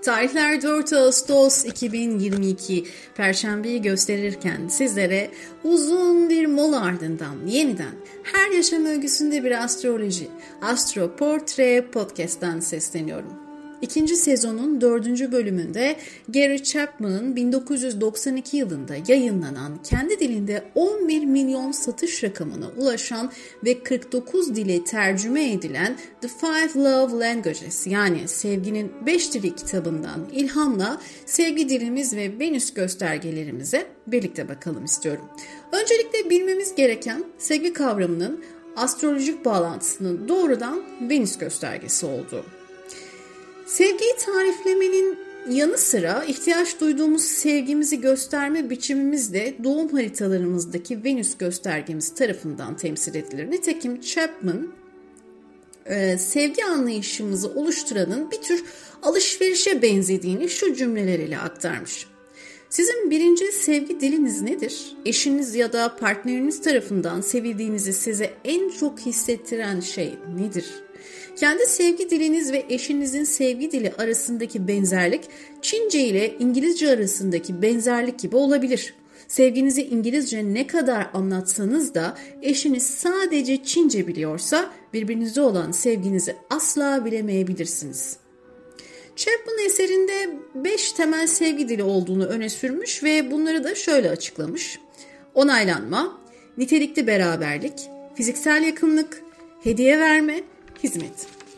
Tarihler 4 Ağustos 2022 Perşembeyi gösterirken sizlere uzun bir mola ardından yeniden her yaşam öyküsünde bir astroloji, Astro Portre Podcast'tan sesleniyorum. İkinci sezonun 4. bölümünde Gary Chapman'ın 1992 yılında yayınlanan, kendi dilinde 11 milyon satış rakamına ulaşan ve 49 dile tercüme edilen The Five Love Languages, yani Sevginin 5 Dili kitabından ilhamla sevgi dilimiz ve Venüs göstergelerimize birlikte bakalım istiyorum. Öncelikle bilmemiz gereken sevgi kavramının astrolojik bağlantısının doğrudan Venüs göstergesi olduğu. Sevgiyi tariflemenin yanı sıra ihtiyaç duyduğumuz sevgimizi gösterme biçimimiz de doğum haritalarımızdaki Venüs göstergemiz tarafından temsil edilir. Nitekim Chapman, sevgi anlayışımızı oluşturanın bir tür alışverişe benzediğini şu cümleleriyle aktarmış. Sizin birinci sevgi diliniz nedir? Eşiniz ya da partneriniz tarafından sevildiğinizi size en çok hissettiren şey nedir? Kendi sevgi diliniz ve eşinizin sevgi dili arasındaki benzerlik, Çince ile İngilizce arasındaki benzerlik gibi olabilir. Sevginizi İngilizce ne kadar anlatsanız da eşiniz sadece Çince biliyorsa birbirinize olan sevginizi asla bilemeyebilirsiniz. Chapman eserinde 5 temel sevgi dili olduğunu öne sürmüş ve bunları da şöyle açıklamış. Onaylanma, nitelikli beraberlik, fiziksel yakınlık, hediye verme, hizmet.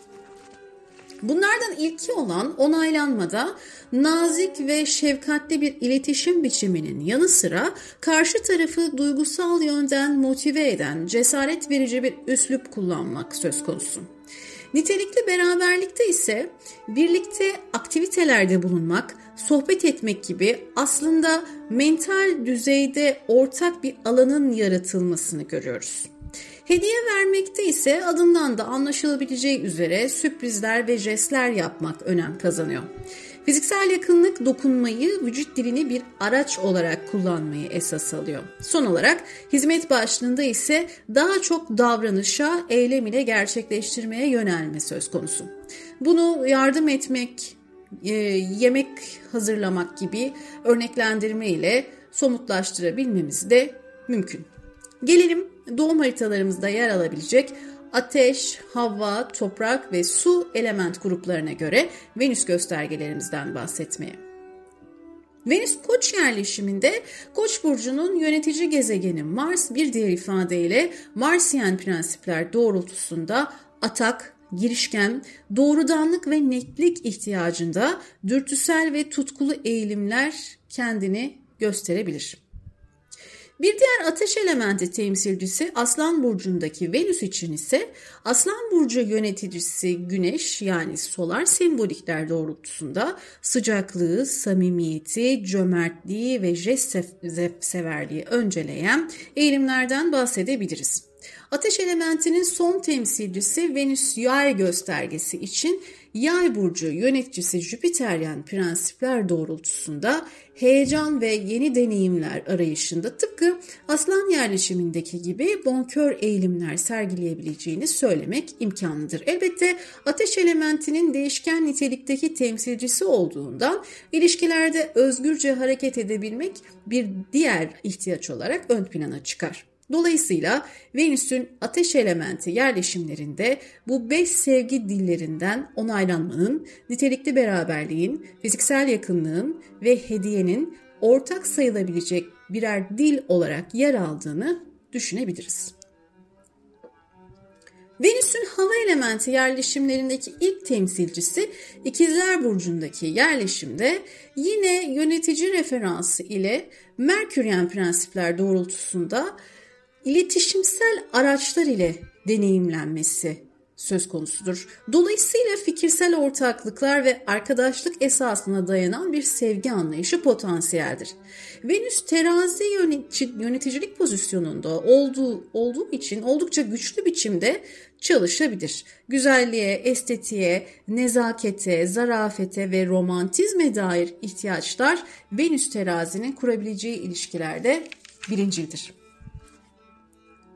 Bunlardan ilki olan onaylanmada nazik ve şefkatli bir iletişim biçiminin yanı sıra karşı tarafı duygusal yönden motive eden, cesaret verici bir üslup kullanmak söz konusu. Nitelikli beraberlikte ise birlikte aktivitelerde bulunmak, sohbet etmek gibi aslında mental düzeyde ortak bir alanın yaratılmasını görüyoruz. Hediye vermekte ise adından da anlaşılabileceği üzere sürprizler ve jestler yapmak önem kazanıyor. Fiziksel yakınlık dokunmayı, vücut dilini bir araç olarak kullanmayı esas alıyor. Son olarak hizmet başlığında ise daha çok davranışa, eylem ile gerçekleştirmeye yönelme söz konusu. Bunu yardım etmek, yemek hazırlamak gibi örneklendirme ile somutlaştırabilmemiz de mümkün. Gelelim doğum haritalarımızda yer alabilecek ateş, hava, toprak ve su element gruplarına göre Venüs göstergelerimizden bahsetmeye. Venüs Koç yerleşiminde Koç burcunun yönetici gezegeni Mars, bir diğer ifadeyle Marsiyen prensipler doğrultusunda atak, girişken, doğrudanlık ve netlik ihtiyacında dürtüsel ve tutkulu eğilimler kendini gösterebilir. Bir diğer ateş elementi temsilcisi Aslan burcundaki Venüs için ise Aslan burcu yöneticisi Güneş, yani solar sembolikler doğrultusunda sıcaklığı, samimiyeti, cömertliği ve jest severliği önceleyen eğilimlerden bahsedebiliriz. Ateş elementinin son temsilcisi Venüs Yay göstergesi için Yay burcu yöneticisi Jüpiteryen prensipler doğrultusunda heyecan ve yeni deneyimler arayışında tıpkı Aslan yerleşimindeki gibi bonkör eğilimler sergileyebileceğini söylemek imkanlıdır. Elbette ateş elementinin değişken nitelikteki temsilcisi olduğundan ilişkilerde özgürce hareket edebilmek bir diğer ihtiyaç olarak ön plana çıkar. Dolayısıyla Venüs'ün ateş elementi yerleşimlerinde bu 5 sevgi dillerinden onaylanmanın, nitelikli beraberliğin, fiziksel yakınlığın ve hediyenin ortak sayılabilecek birer dil olarak yer aldığını düşünebiliriz. Venüs'ün hava elementi yerleşimlerindeki ilk temsilcisi İkizler burcundaki yerleşimde yine yönetici referansı ile Merküryen prensipler doğrultusunda iletişimsel araçlar ile deneyimlenmesi söz konusudur. Dolayısıyla fikirsel ortaklıklar ve arkadaşlık esasına dayanan bir sevgi anlayışı potansiyeldir. Venüs terazi yöneticilik pozisyonunda olduğu için oldukça güçlü biçimde çalışabilir. Güzelliğe, estetiğe, nezakete, zarafete ve romantizme dair ihtiyaçlar Venüs terazinin kurabileceği ilişkilerde birincildir.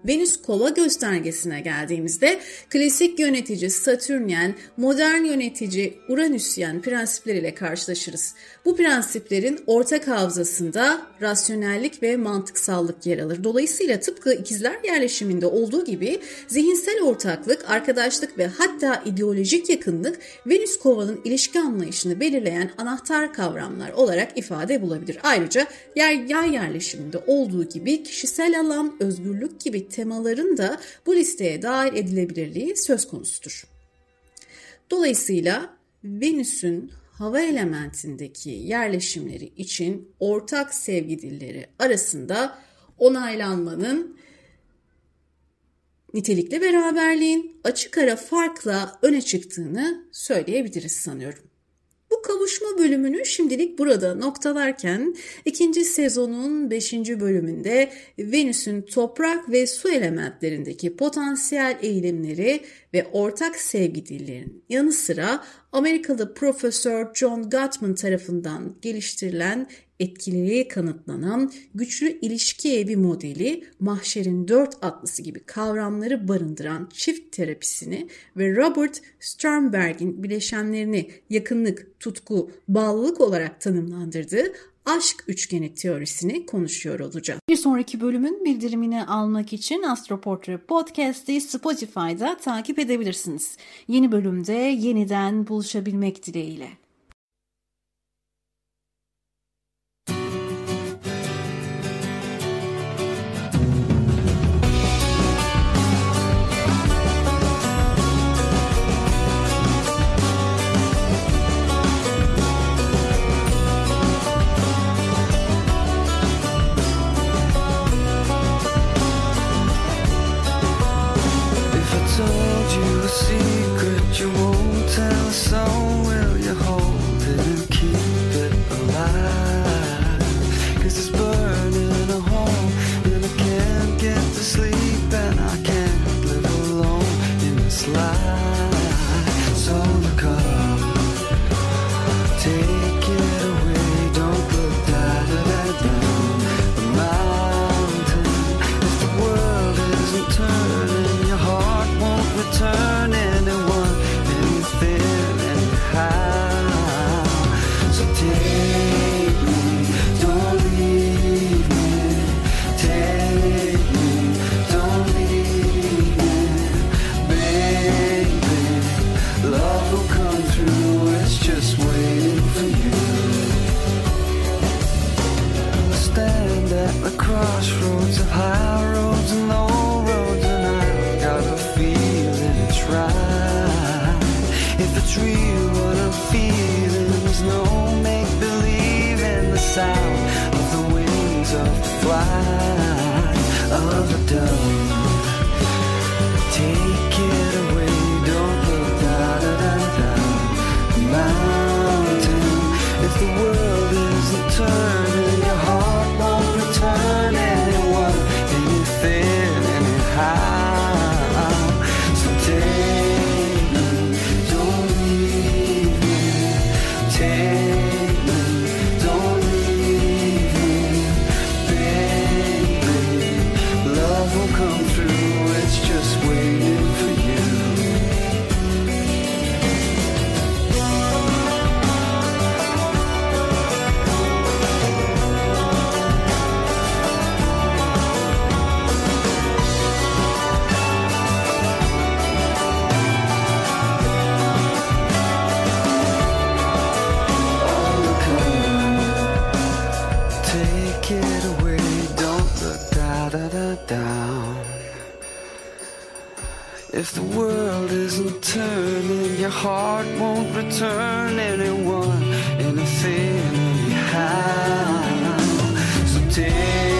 Venüs Kova göstergesine geldiğimizde klasik yönetici Satürnyen, modern yönetici Uranüsyen prensipleriyle karşılaşırız. Bu prensiplerin ortak havzasında rasyonellik ve mantıksallık yer alır. Dolayısıyla tıpkı ikizler yerleşiminde olduğu gibi zihinsel ortaklık, arkadaşlık ve hatta ideolojik yakınlık Venüs Kova'nın ilişki anlayışını belirleyen anahtar kavramlar olarak ifade bulabilir. Ayrıca yay yerleşiminde olduğu gibi kişisel alan, özgürlük gibi temaların da bu listeye dahil edilebilirliği söz konusudur. Dolayısıyla Venüs'ün hava elementindeki yerleşimleri için ortak sevgi dilleri arasında onaylanmanın, nitelikli beraberliğin açık ara farkla öne çıktığını söyleyebiliriz sanıyorum. Bu kavuşma bölümünü şimdilik burada noktalarken 2. sezonun 5. bölümünde Venüs'ün toprak ve su elementlerindeki potansiyel eğilimleri ve ortak sevgi dillerinin yanı sıra Amerikalı Profesör John Gottman tarafından geliştirilen etkililiği kanıtlanan güçlü ilişki evi modeli, mahşerin 4 atlısı gibi kavramları barındıran çift terapisini ve Robert Sternberg'in bileşenlerini yakınlık, tutku, bağlılık olarak tanımlandırdığı aşk üçgeni teorisini konuşuyor olacağım. Bir sonraki bölümün bildirimini almak için Astroportre Podcast'i Spotify'da takip edebilirsiniz. Yeni bölümde yeniden buluşabilmek dileğiyle. You won't tell a soul, will you hold it and keep it alive? 'Cause it's burning a hole and I can't get to sleep and I can't live alone in this life. So look up, take it away, don't look down the mountain. If the world isn't turning, your heart won't return anyone. So take me, don't leave me. Take me, don't leave me. Baby, love will come through, it's just waiting for you. I stand at the crossroads of high roads and low roads, and I've got a feeling it's right. If it's real what I'm feeling, there's no make-believe in the sound of the wings of the flight of a dove. Take it away, don't look down the mountain. If the world isn't turning, your heart won't return anyone, anything, anyhow. So take me, don't leave me. Take me, don't leave me. Baby, love will come through, it's just waiting for you. If the world isn't turning, your heart won't return anyone, anything, anyhow. So take